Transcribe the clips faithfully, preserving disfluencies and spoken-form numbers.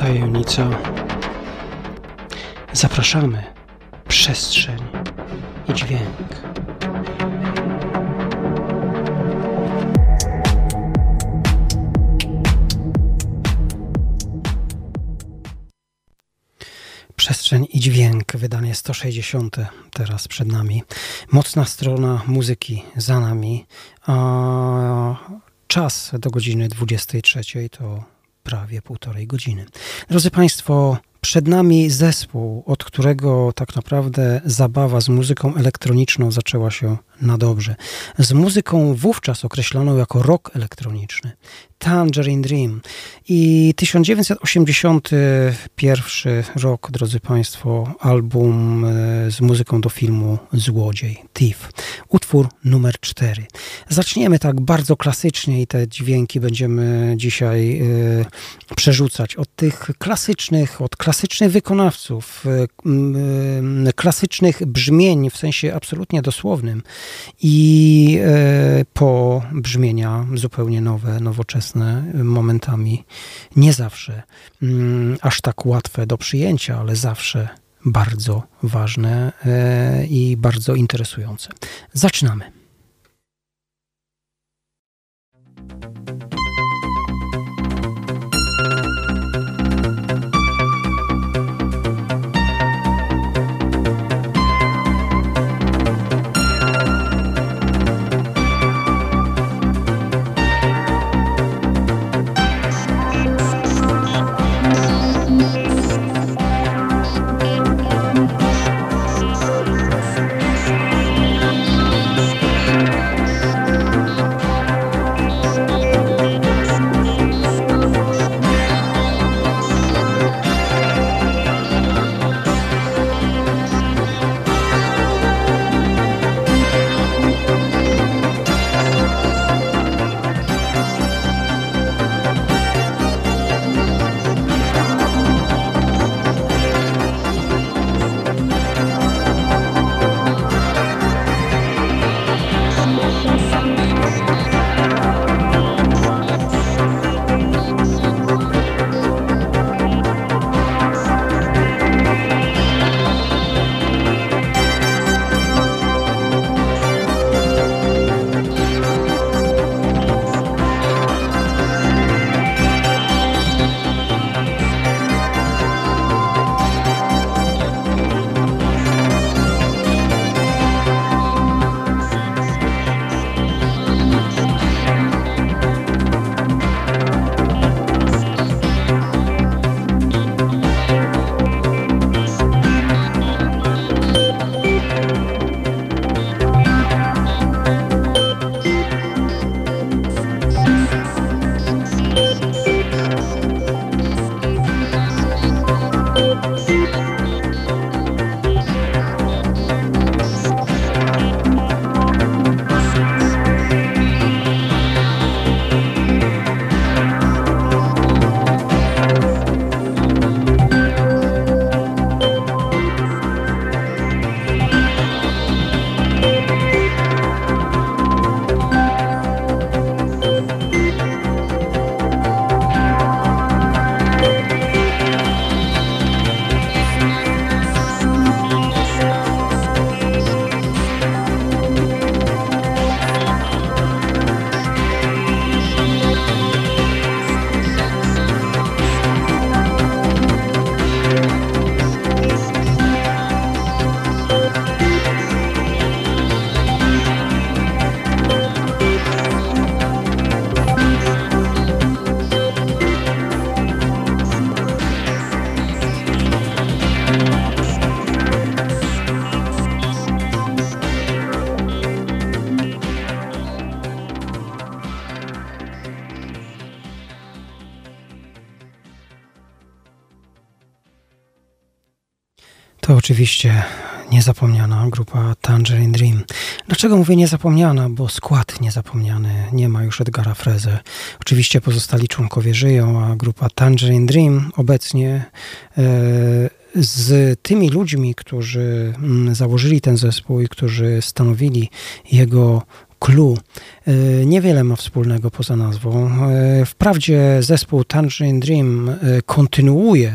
tajemnica. Zapraszamy. Przestrzeń i dźwięk. Przestrzeń i dźwięk, wydanie sto sześćdziesiąte teraz przed nami. Mocna strona muzyki za nami, a czas do godziny dwudziestej trzeciej to prawie półtorej godziny. Drodzy Państwo, przed nami zespół, od którego tak naprawdę zabawa z muzyką elektroniczną zaczęła się na dobrze. Z muzyką wówczas określoną jako rock elektroniczny. Tangerine Dream. I tysiąc dziewięćset osiemdziesiąty pierwszy rok, drodzy Państwo, album z muzyką do filmu Złodziej, Thief. Utwór numer cztery. Zaczniemy tak bardzo klasycznie i te dźwięki będziemy dzisiaj y, przerzucać od tych klasycznych, od klasycznych wykonawców, y, y, klasycznych brzmień w sensie absolutnie dosłownym i y, po brzmienia zupełnie nowe, nowoczesne, momentami nie zawsze mm, aż tak łatwe do przyjęcia, ale zawsze bardzo ważne e, i bardzo interesujące. Zaczynamy. To oczywiście niezapomniana grupa Tangerine Dream. Dlaczego mówię niezapomniana? Bo skład niezapomniany. Nie ma już Edgara Freze. Oczywiście pozostali członkowie żyją, a grupa Tangerine Dream obecnie e, z tymi ludźmi, którzy założyli ten zespół i którzy stanowili jego Clue niewiele ma wspólnego poza nazwą. Wprawdzie zespół Tangerine Dream kontynuuje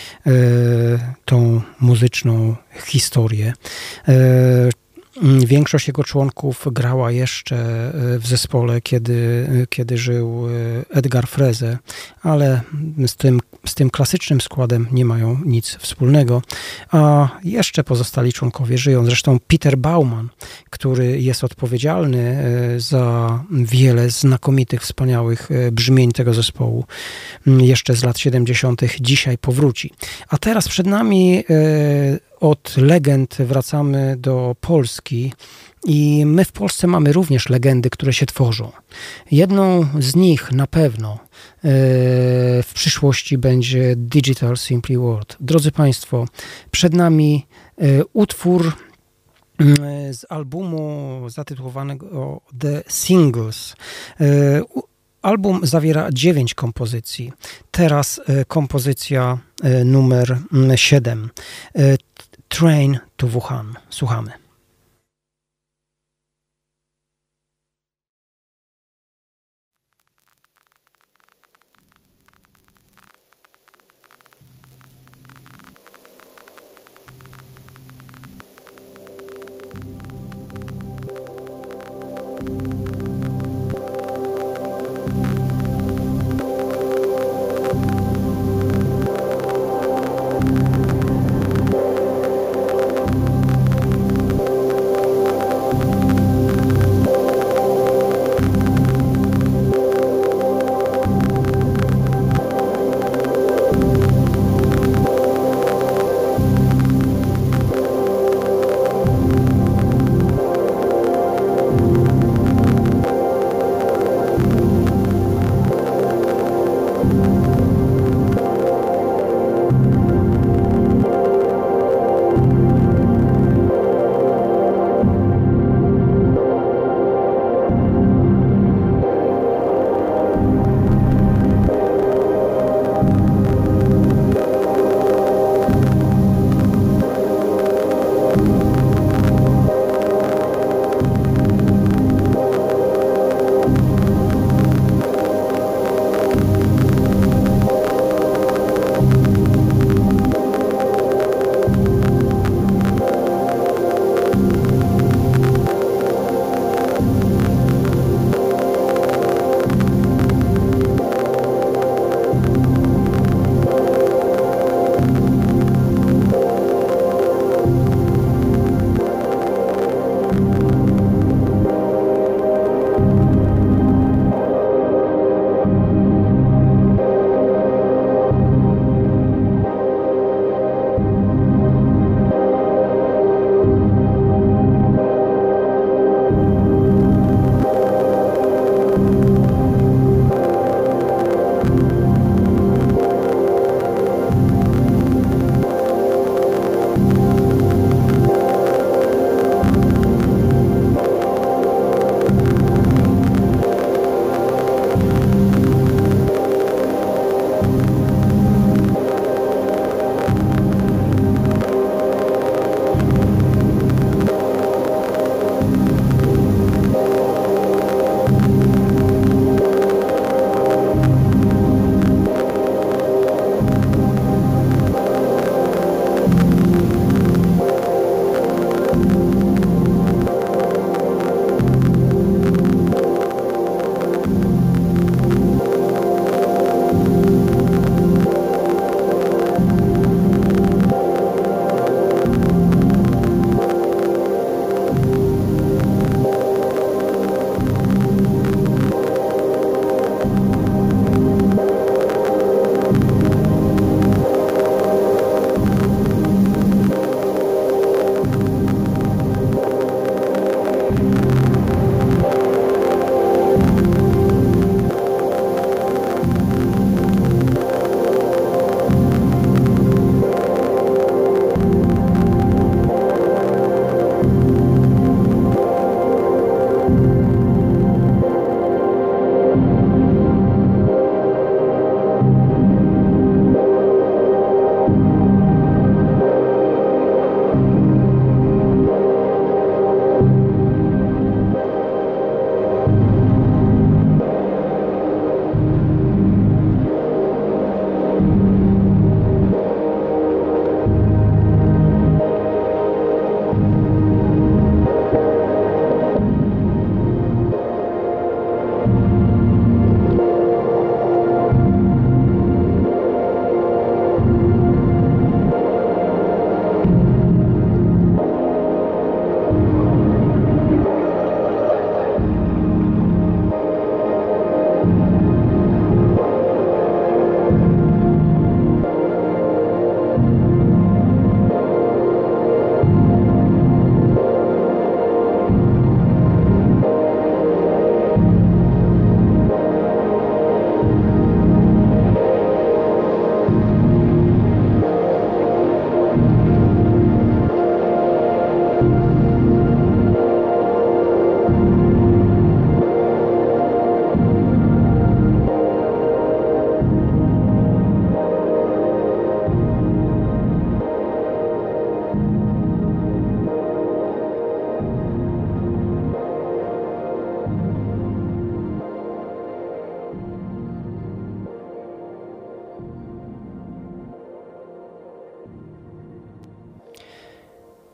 tą muzyczną historię. Większość jego członków grała jeszcze w zespole, kiedy, kiedy żył Edgar Freze, ale z tym, z tym klasycznym składem nie mają nic wspólnego. A jeszcze pozostali członkowie żyją. Zresztą Peter Baumann, który jest odpowiedzialny za wiele znakomitych, wspaniałych brzmień tego zespołu jeszcze z lat siedemdziesiątych dzisiaj powróci. A teraz przed nami od legend wracamy do Polski i my w Polsce mamy również legendy, które się tworzą. Jedną z nich na pewno w przyszłości będzie Digital Simply World. Drodzy Państwo, przed nami utwór z albumu zatytułowanego The Singles. Album zawiera dziewięć kompozycji. Teraz kompozycja numer siedem. Train to Wuhan. Słuchamy.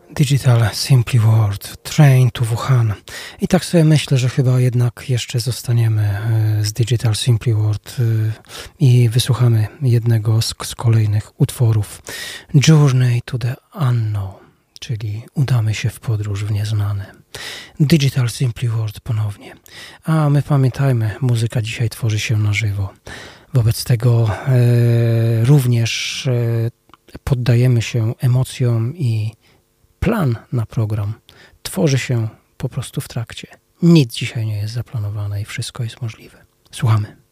Digital Simply World, Train to Wuhan. I tak sobie myślę, że chyba jednak jeszcze zostaniemy z Digital Simply World i wysłuchamy jednego z, z kolejnych utworów. Journey to the Unknown, czyli udamy się w podróż w nieznane. Digital Simply World ponownie. A my pamiętajmy, muzyka dzisiaj tworzy się na żywo. Wobec tego e, również e, poddajemy się emocjom i plan na program tworzy się po prostu w trakcie. Nic dzisiaj nie jest zaplanowane i wszystko jest możliwe. Słuchamy.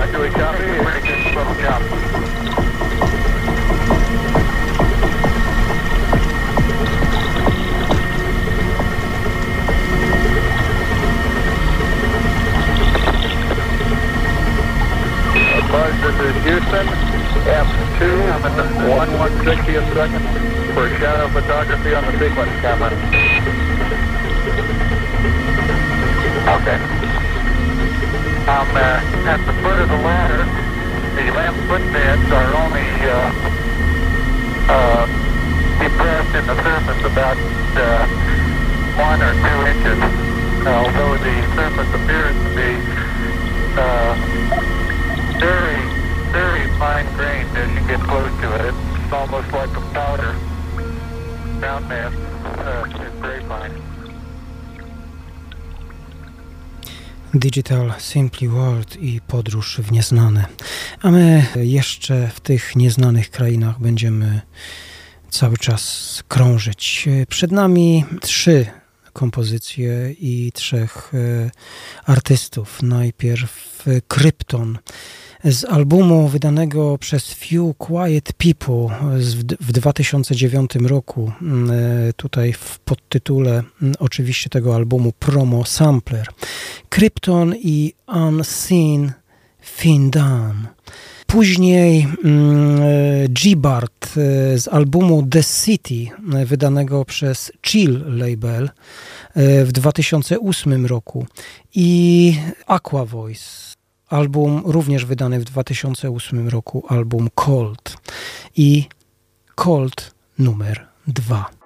do we copy? Pretty good, little job. Buzz, this is Houston, F two, one one sixtieth second for shadow photography on the sequence camera. Okay. Um, uh, at the foot of the ladder, the lamp footbeds are only uh, uh, depressed in the surface about uh, one or two inches, although the surface appears to be uh, very, very fine-grained as you get close to it. It's almost like a powder. Ground mass uh, is very fine. Digital Simply World i podróż w nieznane. A my jeszcze w tych nieznanych krainach będziemy cały czas krążyć. Przed nami trzy kompozycje i trzech artystów. Najpierw Krypton z albumu wydanego przez Few Quiet People w dwa tysiące dziewiątym roku. Tutaj w podtytule oczywiście tego albumu Promo Sampler. Krypton i Unseen Findan. Później G-Bart z albumu The City wydanego przez Chill Label w dwa tysiące ósmym roku i Aqua Voice, album również wydany w dwa tysiące ósmym roku, album Cold i Cold numer dwa.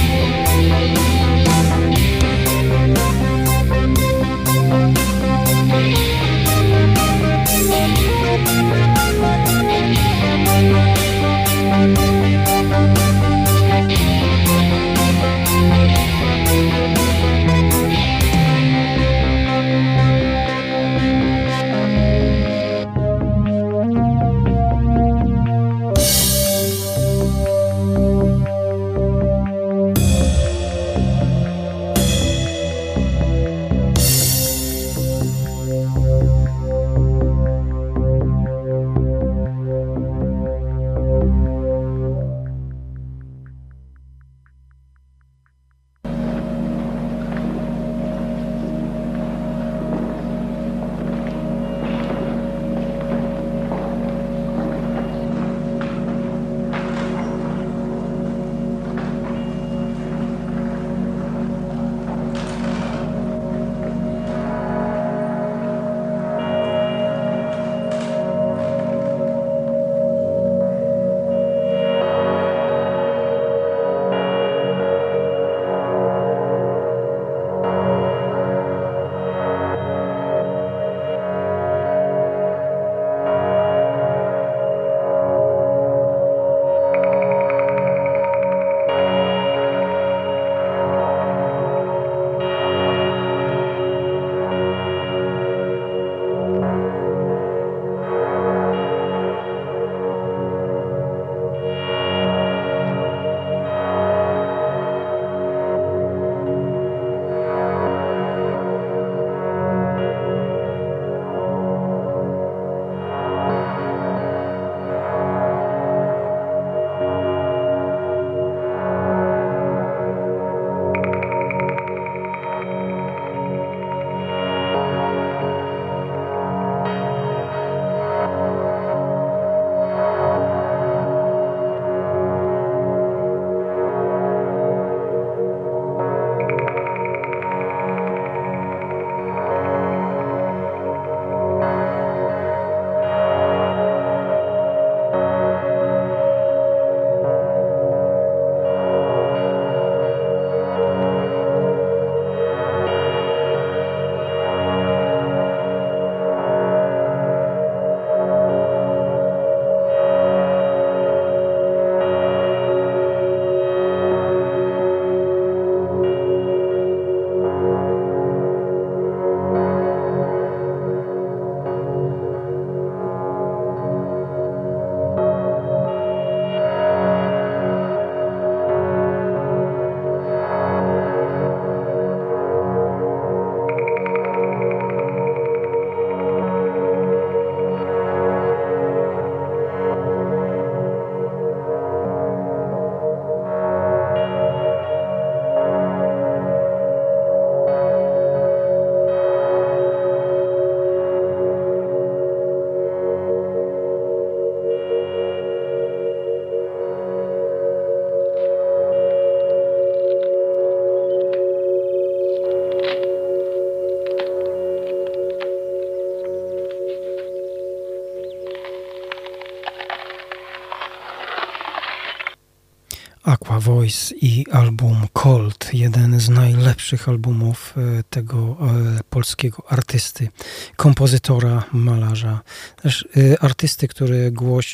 Aqua Voice i album Cold, jeden z najlepszych albumów tego polskiego artysty, kompozytora, malarza, też artysty, który głoś,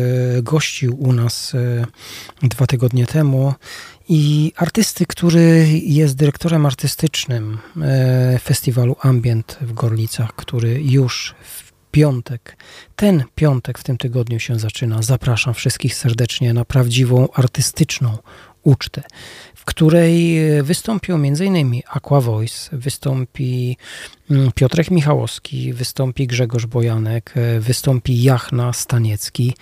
gościł u nas dwa tygodnie temu i artysty, który jest dyrektorem artystycznym festiwalu Ambient w Gorlicach, który już w piątek, ten piątek w tym tygodniu się zaczyna. Zapraszam wszystkich serdecznie na prawdziwą artystyczną ucztę, w której wystąpią między innymi Aqua Voice, wystąpi Piotrek Michałowski, wystąpi Grzegorz Bojanek, wystąpi Jachna Staniecki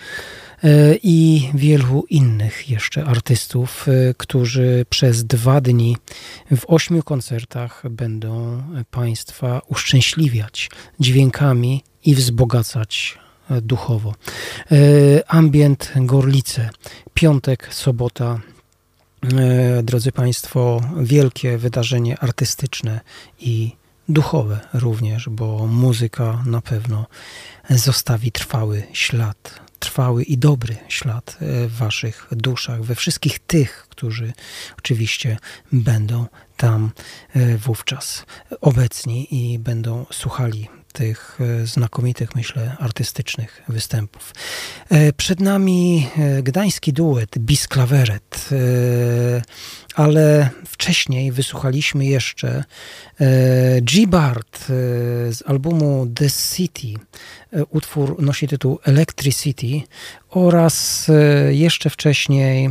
i wielu innych jeszcze artystów, którzy przez dwa dni w ośmiu koncertach będą Państwa uszczęśliwiać dźwiękami i wzbogacać duchowo. Ambient Gorlice, piątek, sobota. Drodzy Państwo, wielkie wydarzenie artystyczne i duchowe również, bo muzyka na pewno zostawi trwały ślad, trwały i dobry ślad w waszych duszach, we wszystkich tych, którzy oczywiście będą tam wówczas obecni i będą słuchali tych znakomitych, myślę, artystycznych występów. Przed nami gdański duet Bis Klaveret, ale wcześniej wysłuchaliśmy jeszcze G. Bart z albumu The City. Utwór nosi tytuł Electricity oraz jeszcze wcześniej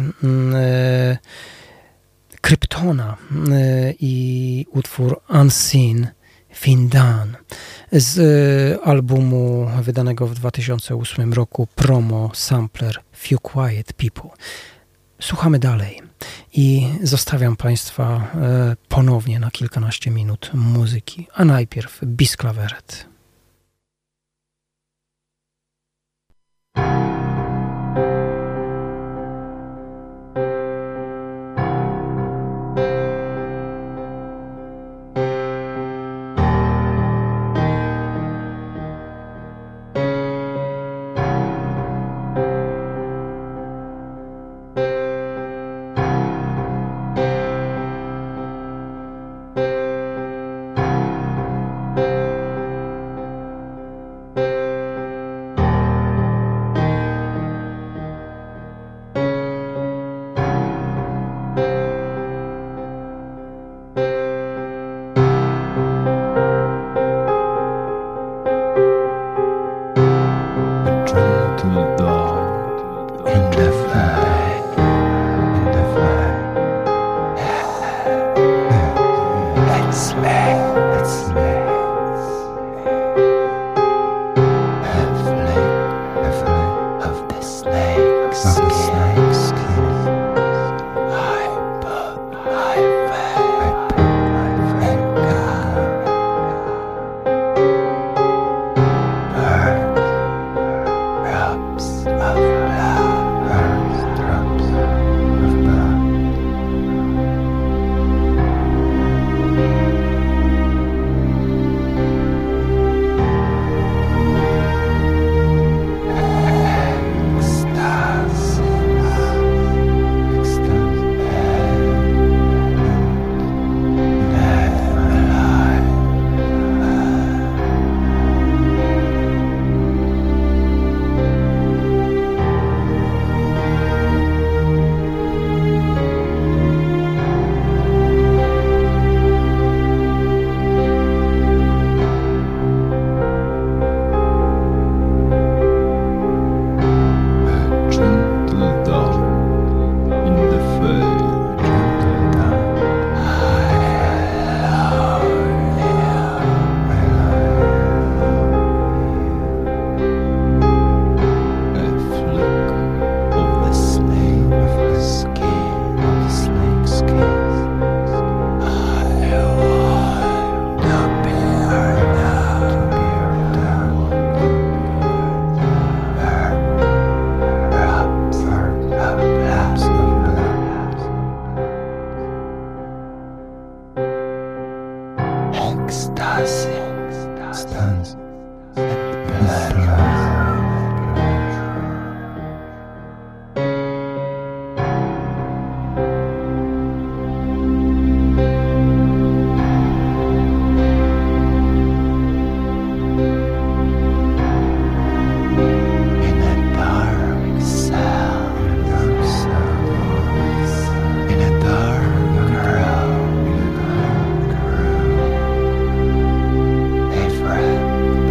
Kryptona i utwór Unseen Findan z albumu wydanego w dwa tysiące ósmym roku Promo Sampler Few Quiet People. Słuchamy dalej i zostawiam Państwa ponownie na kilkanaście minut muzyki, a najpierw Bis Klaveret. Friend.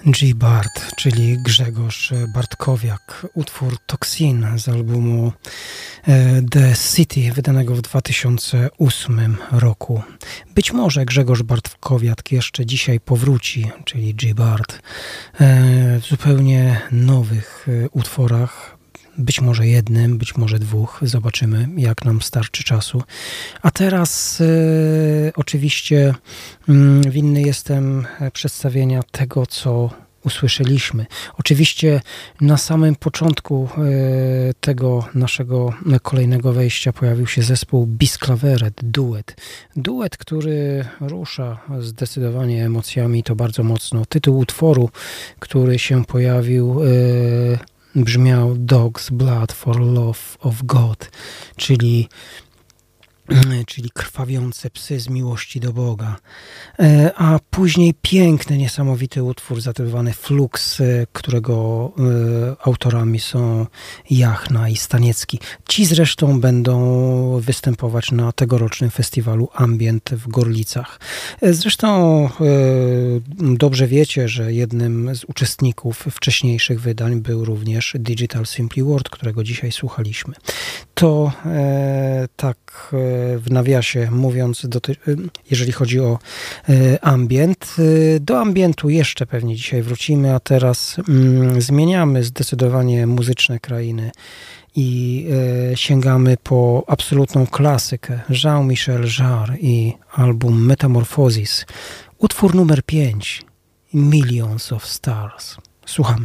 G. Bart, czyli Grzegorz Bartkowiak, utwór Toxin z albumu The City, wydanego w dwa tysiące ósmym roku. Być może Grzegorz Bartkowiak jeszcze dzisiaj powróci, czyli G. Bart, w zupełnie nowych utworach. Być może jednym, być może dwóch. Zobaczymy, jak nam starczy czasu. A teraz e, oczywiście m, winny jestem przedstawienia tego, co usłyszeliśmy. Oczywiście na samym początku e, tego naszego kolejnego wejścia pojawił się zespół Bis Claveret, duet. Duet, który rusza zdecydowanie emocjami, to bardzo mocno. Tytuł utworu, który się pojawił, e, brzmiał Dog's Blood for Love of God, czyli, czyli krwawiące psy z miłości do Boga. A później piękny, niesamowity utwór zatytułowany Flux, którego autorami są Jachna i Staniecki. Ci zresztą będą występować na tegorocznym festiwalu Ambient w Gorlicach. Zresztą dobrze wiecie, że jednym z uczestników wcześniejszych wydań był również Digital Simply World, którego dzisiaj słuchaliśmy. To e, tak w nawiasie mówiąc, doty- jeżeli chodzi o e, ambient. Do ambientu jeszcze pewnie dzisiaj wrócimy, a teraz mm, zmieniamy zdecydowanie muzyczne krainy i e, sięgamy po absolutną klasykę Jean-Michel Jarre i album Metamorphosis. Utwór numer pięć, Millions of Stars. Słuchamy.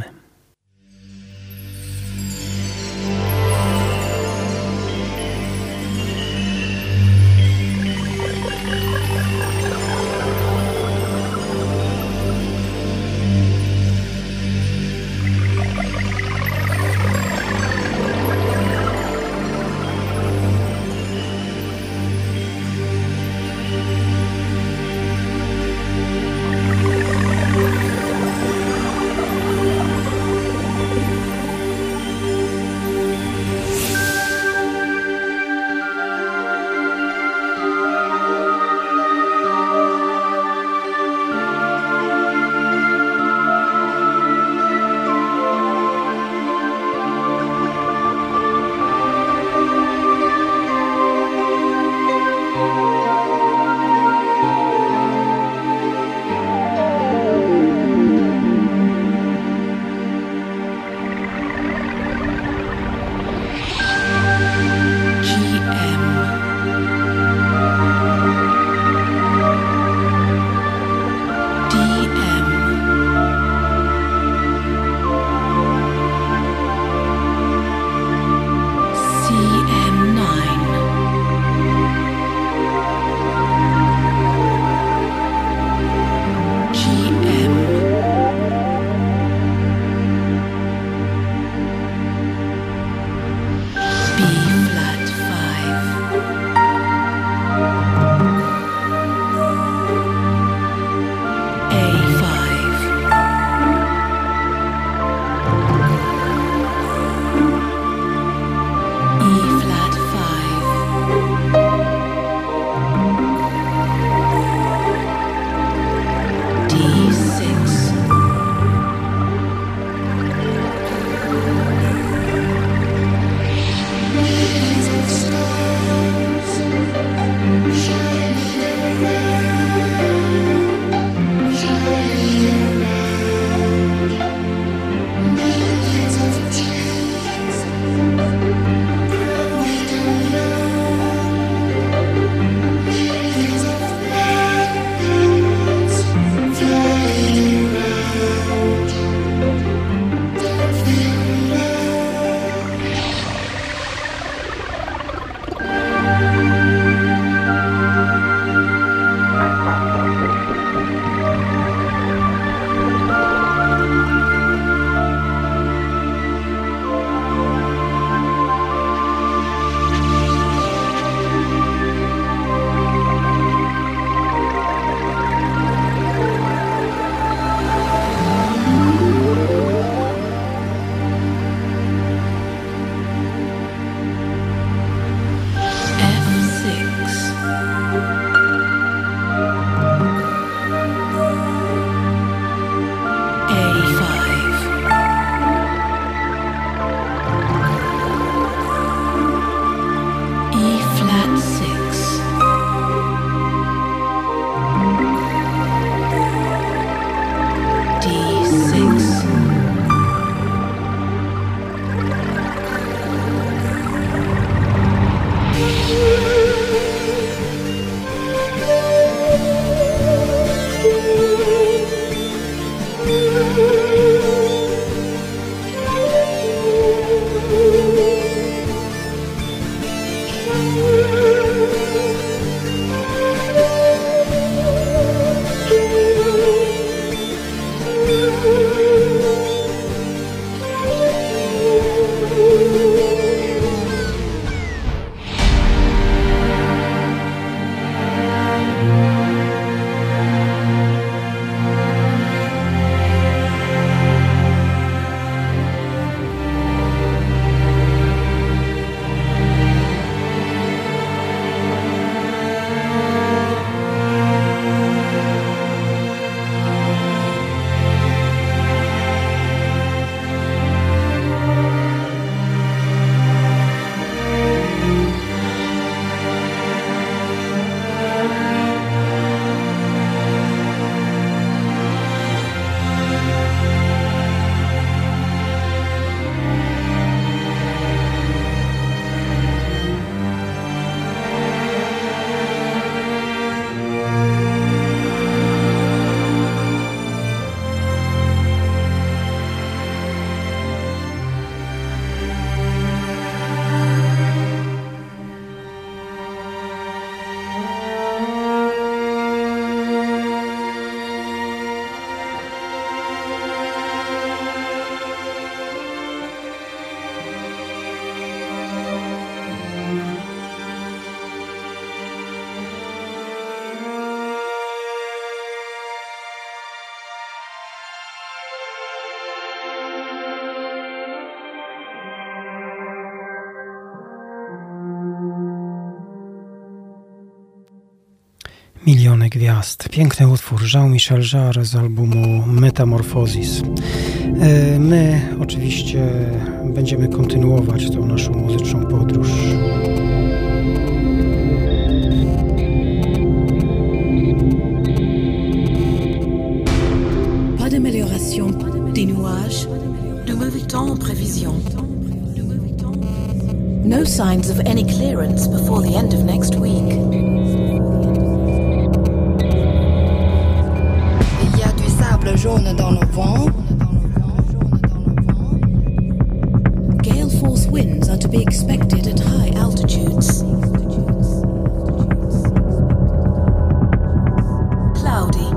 Miliony gwiazd. Piękny utwór Jean-Michel Jarre z albumu Metamorphosis. My oczywiście będziemy kontynuować tą naszą muzyczną podróż. Pas d'amélioration des nuages, de mauvais temps en prévision. No signs of any clearance before the end of next week. Il y a du sable jaune dans le vent. Gale force winds are to be expected at high altitudes. Cloudy.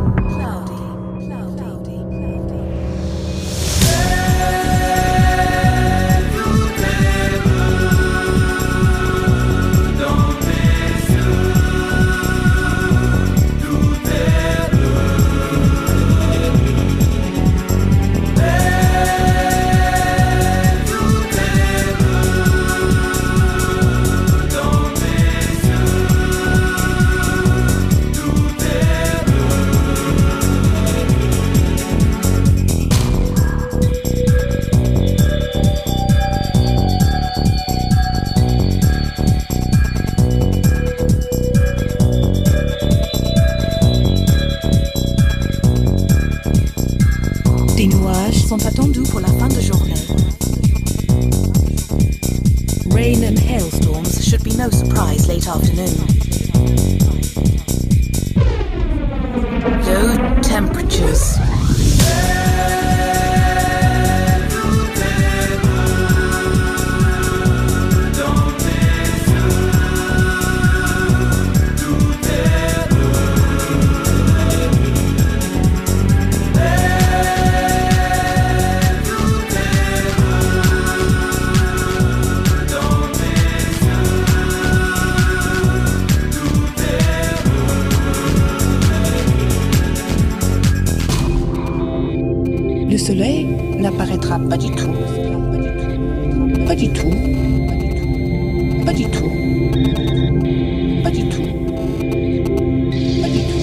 Sont attendus pour la fin de journée. Rain and hailstorms should be no surprise late afternoon. Low temperatures. Le soleil n'apparaîtra pas du tout. Pas du tout. Pas du tout. Pas du tout. Pas du tout.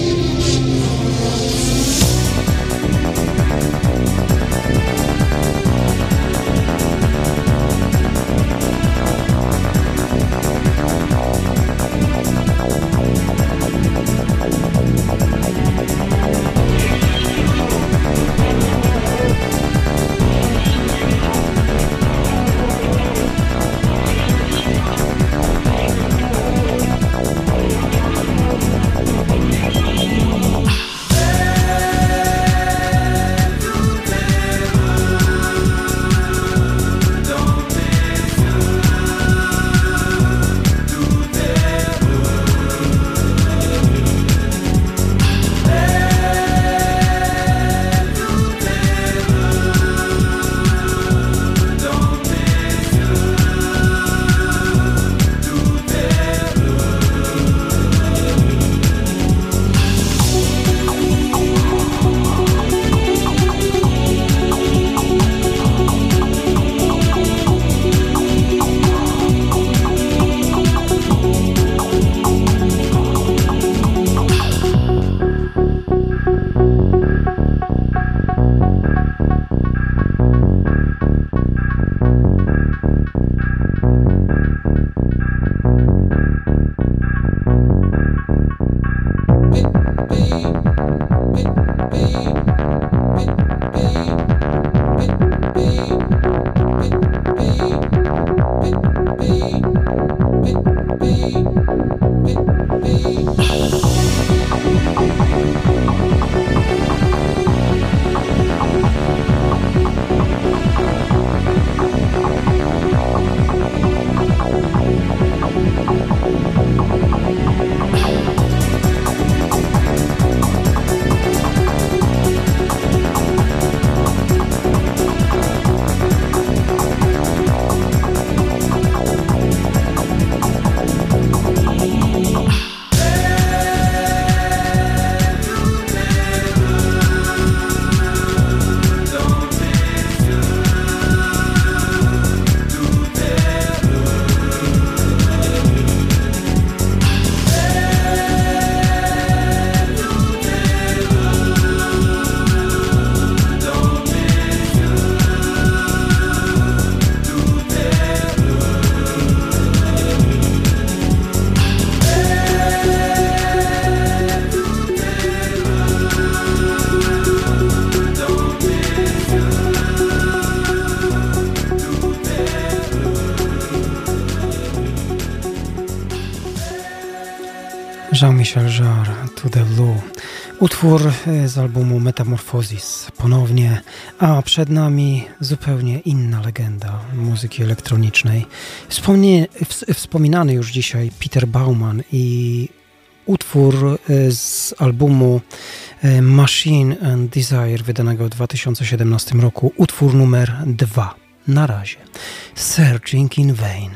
Jean-Michel Jarre, To the Blue. Utwór z albumu Metamorphosis ponownie, a przed nami zupełnie inna legenda muzyki elektronicznej. Wspomnie, wspominany już dzisiaj Peter Baumann i utwór z albumu Machine and Desire wydanego w dwa tysiące siedemnastym roku, utwór numer dwa. Na razie. Searching in Vain.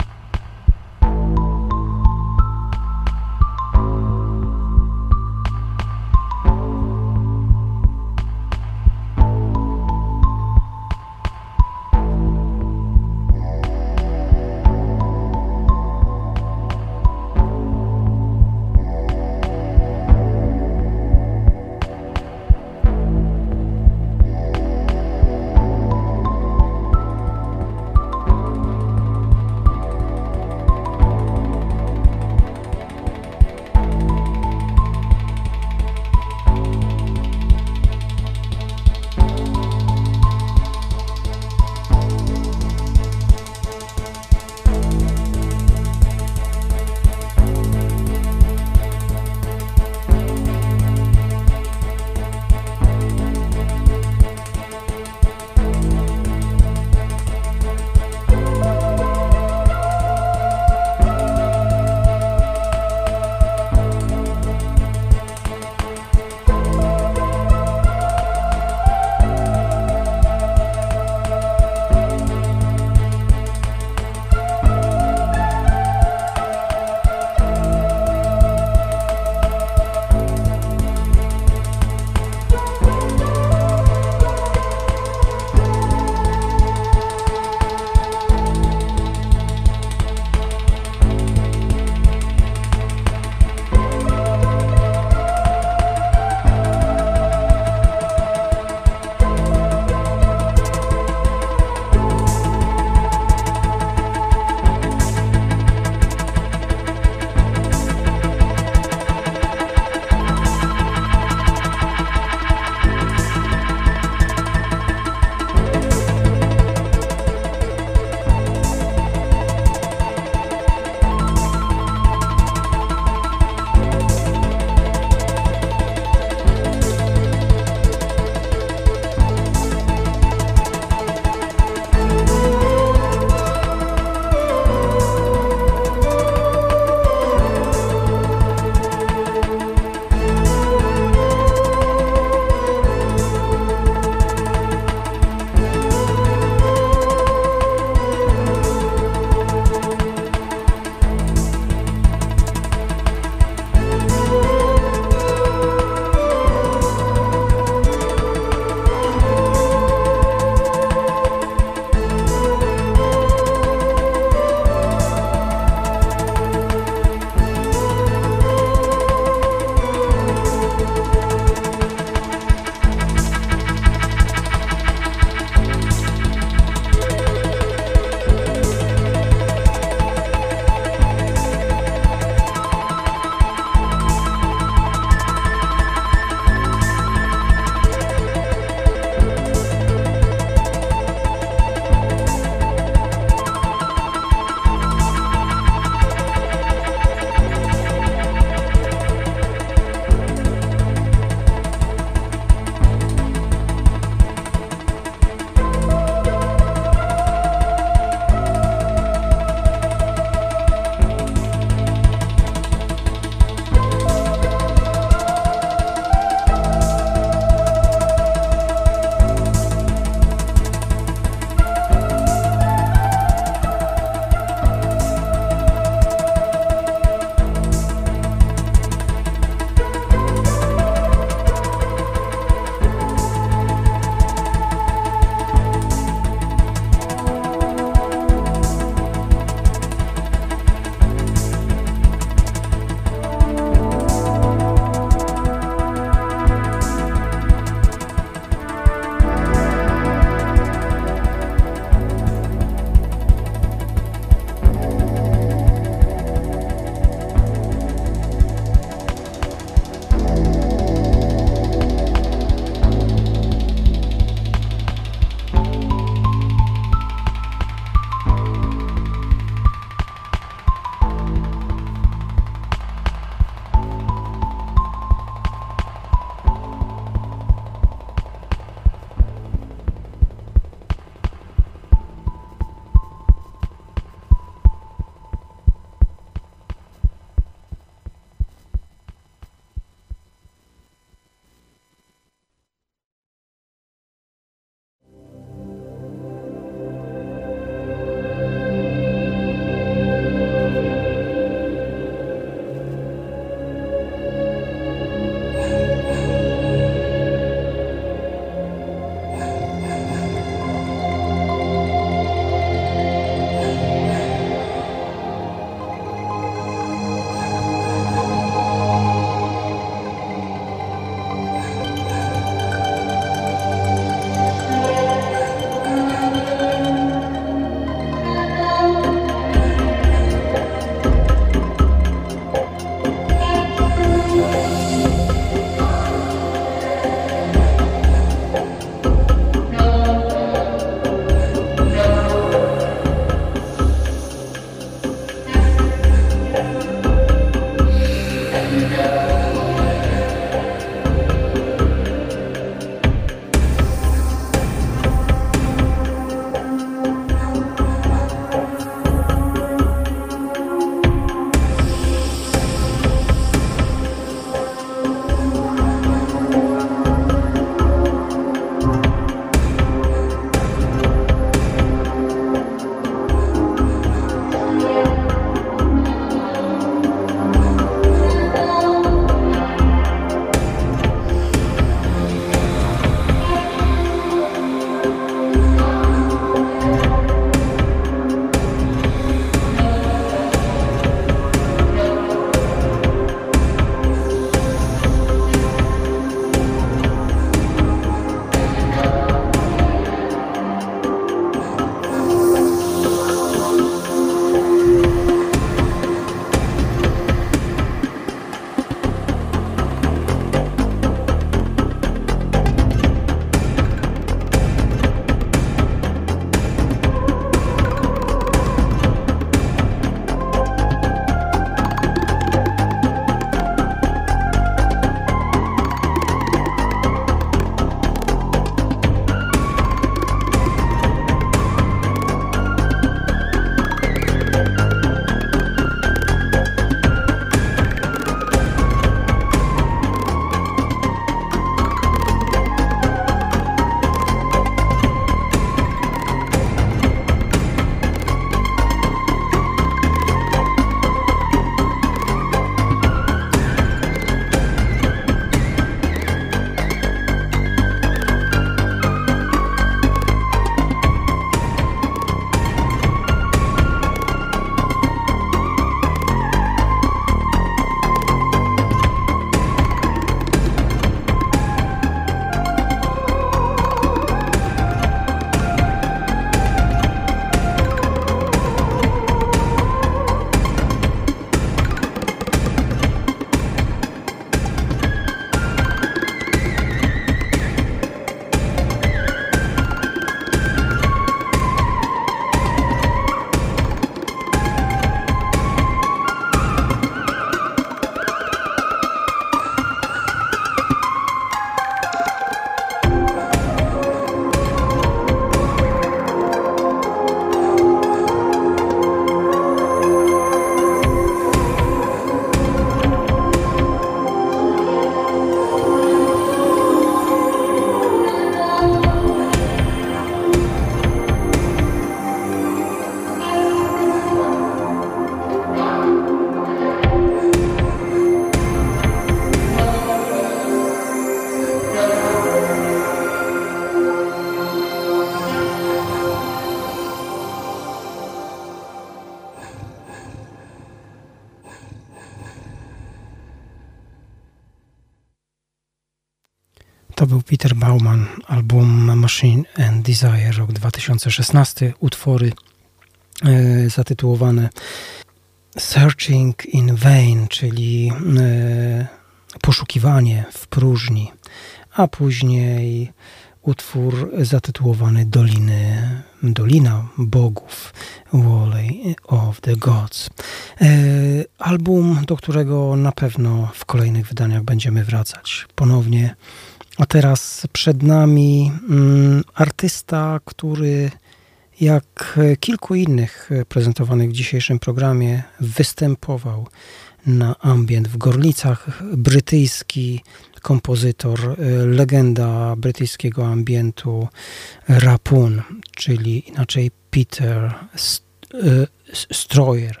To był Peter Baumann, album Machine and Desire, rok dwa tysiące szesnasty. Utwory e, zatytułowane Searching in Vain, czyli e, poszukiwanie w próżni, a później utwór zatytułowany Doliny, Dolina Bogów, Valley of the Gods. E, album, do którego na pewno w kolejnych wydaniach będziemy wracać ponownie. A teraz przed nami mm, artysta, który jak kilku innych prezentowanych w dzisiejszym programie występował na ambient w Gorlicach. Brytyjski kompozytor, legenda brytyjskiego ambientu Rapun, czyli inaczej Peter Stroyer.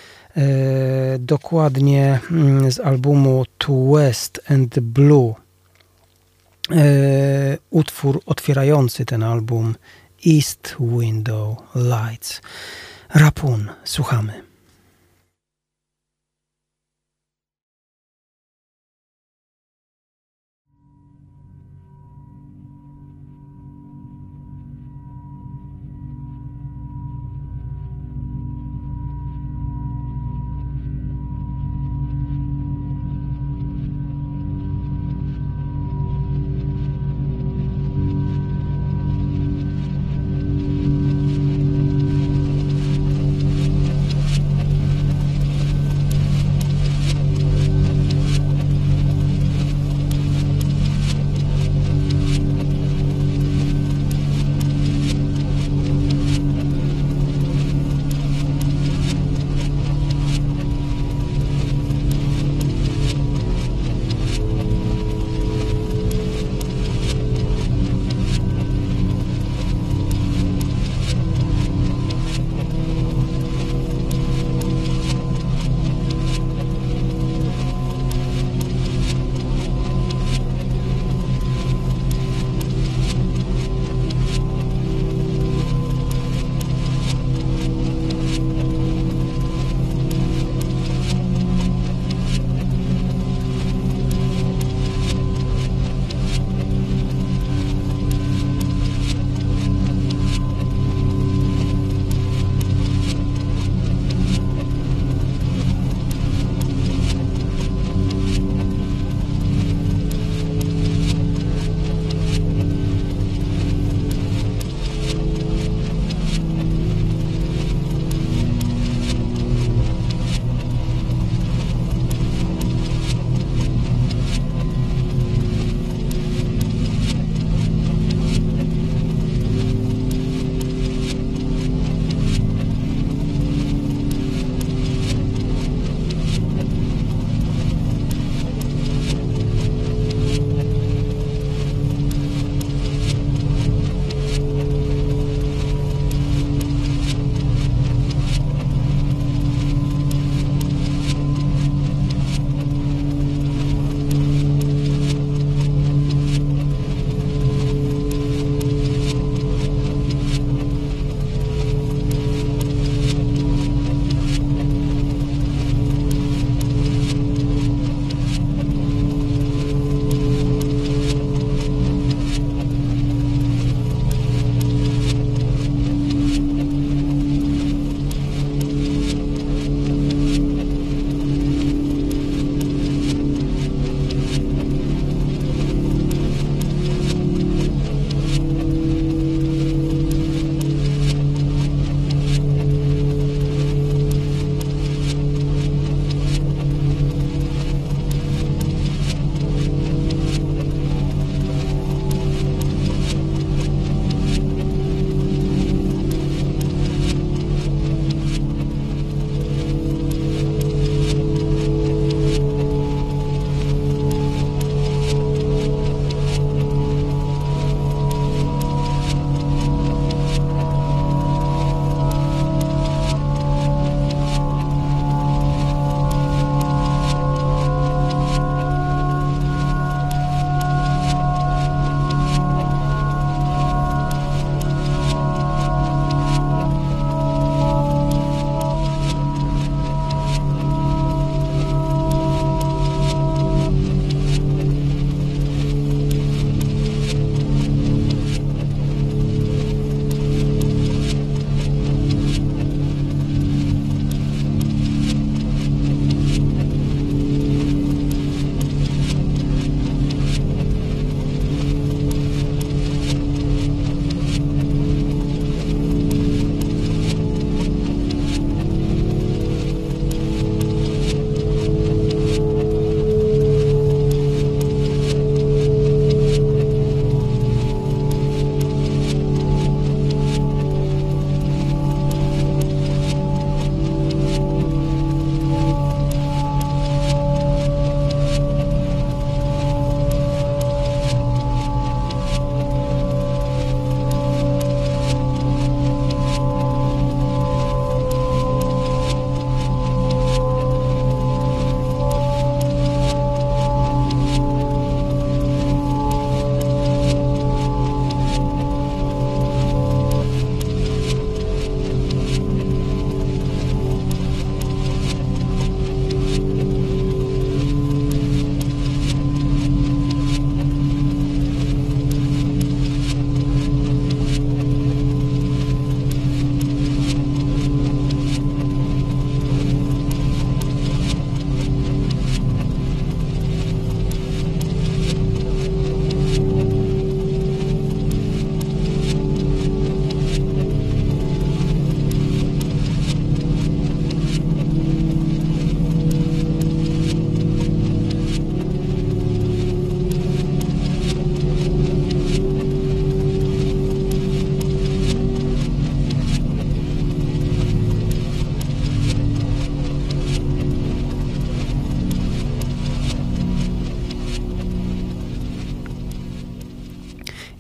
Dokładnie z albumu To West and Blue utwór otwierający ten album East Window Lights. Rapun, słuchamy.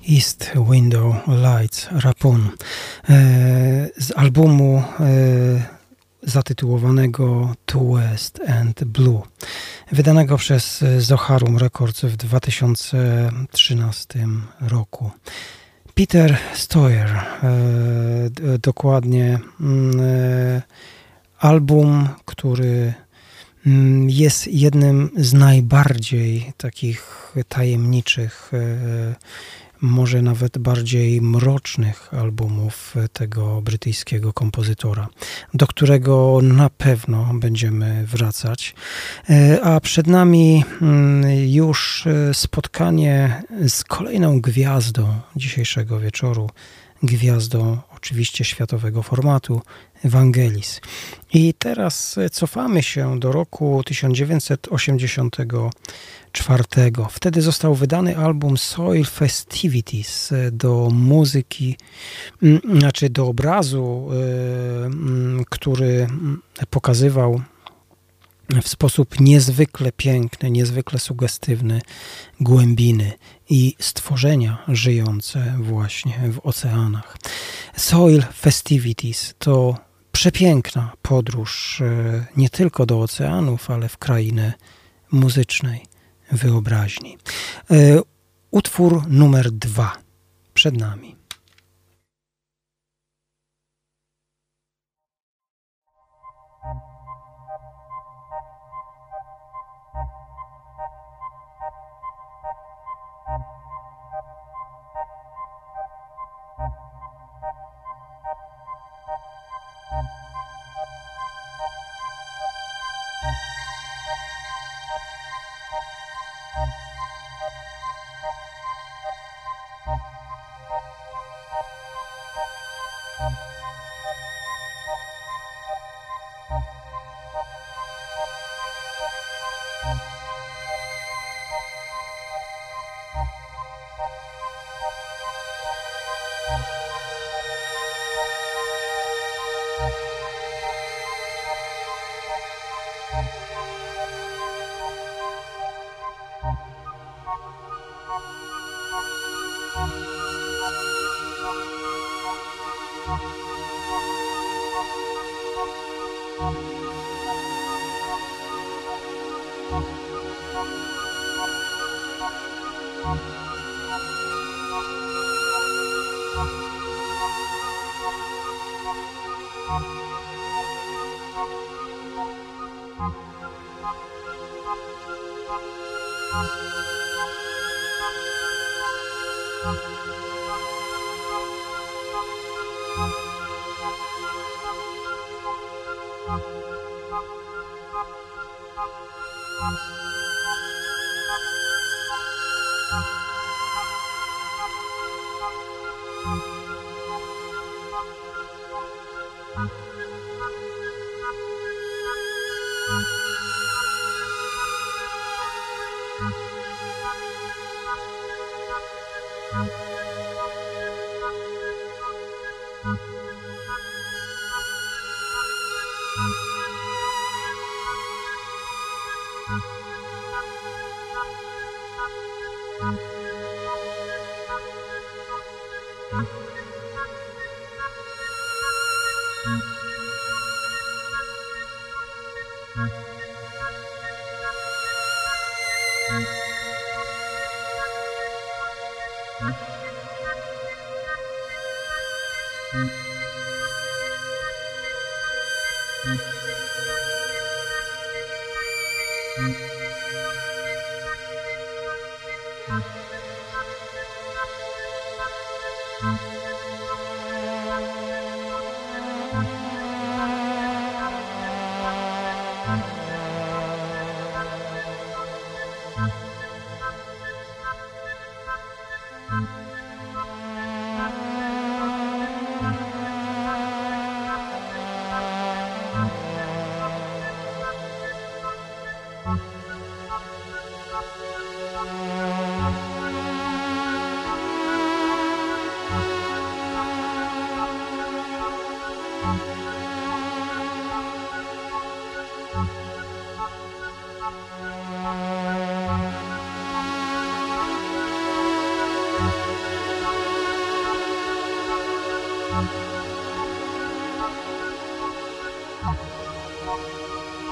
East Window Lights, Rapun, z albumu zatytułowanego To West and Blue, wydanego przez Zoharum Records w dwa tysiące trzynastym roku. Peter Stoyer, dokładnie album, który jest jednym z najbardziej takich tajemniczych, może nawet bardziej mrocznych albumów tego brytyjskiego kompozytora, do którego na pewno będziemy wracać. A przed nami już spotkanie z kolejną gwiazdą dzisiejszego wieczoru, gwiazdą oczywiście światowego formatu, Vangelis. I teraz cofamy się do roku tysiąc dziewięćset osiemdziesiątego czwartego. Wtedy został wydany album Soil Festivities do muzyki, znaczy do obrazu, który pokazywał w sposób niezwykle piękny, niezwykle sugestywny głębiny i stworzenia żyjące właśnie w oceanach. Soil Festivities to przepiękna podróż nie tylko do oceanów, ale w krainę muzycznej wyobraźni. Utwór numer dwa przed nami.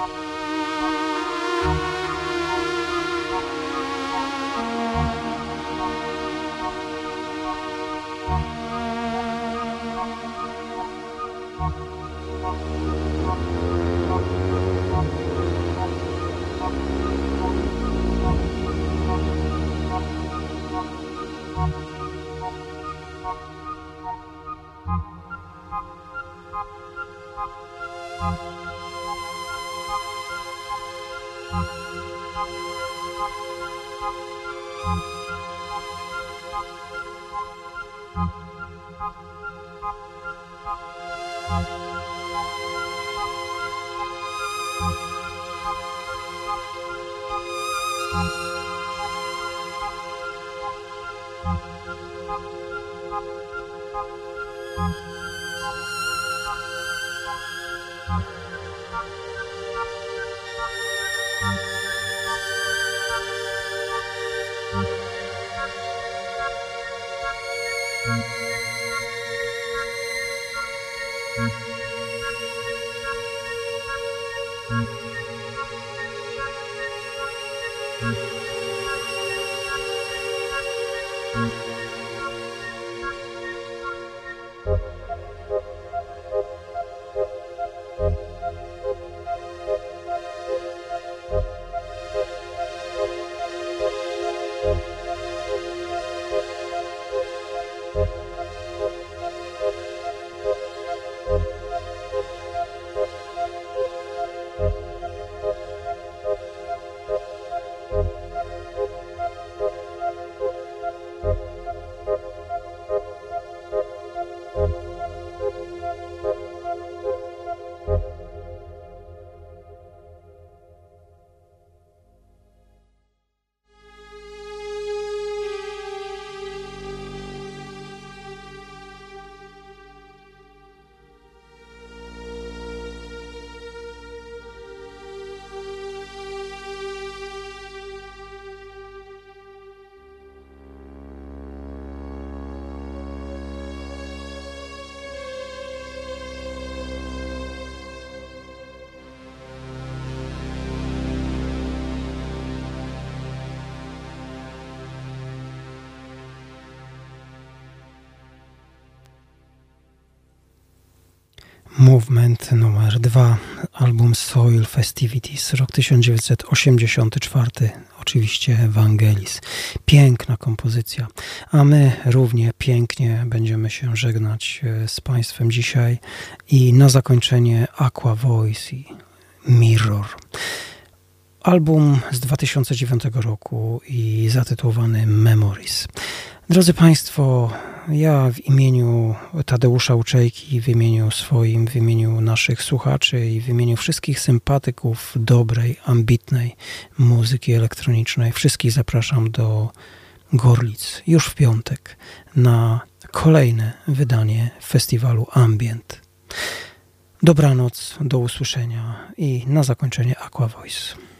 Movement numer dwa, album Soil Festivities, rok tysiąc dziewięćset osiemdziesiąty czwarty, oczywiście Vangelis. Piękna kompozycja, a my równie pięknie będziemy się żegnać z Państwem dzisiaj i na zakończenie Aqua Voice i Mirror. Album z dwa tysiące dziewiątego roku i zatytułowany Memories. Drodzy Państwo, ja w imieniu Tadeusza Uczejki, w imieniu swoim, w imieniu naszych słuchaczy i w imieniu wszystkich sympatyków dobrej, ambitnej muzyki elektronicznej wszystkich zapraszam do Gorlic już w piątek na kolejne wydanie festiwalu Ambient. Dobranoc, do usłyszenia i na zakończenie Aqua Voice.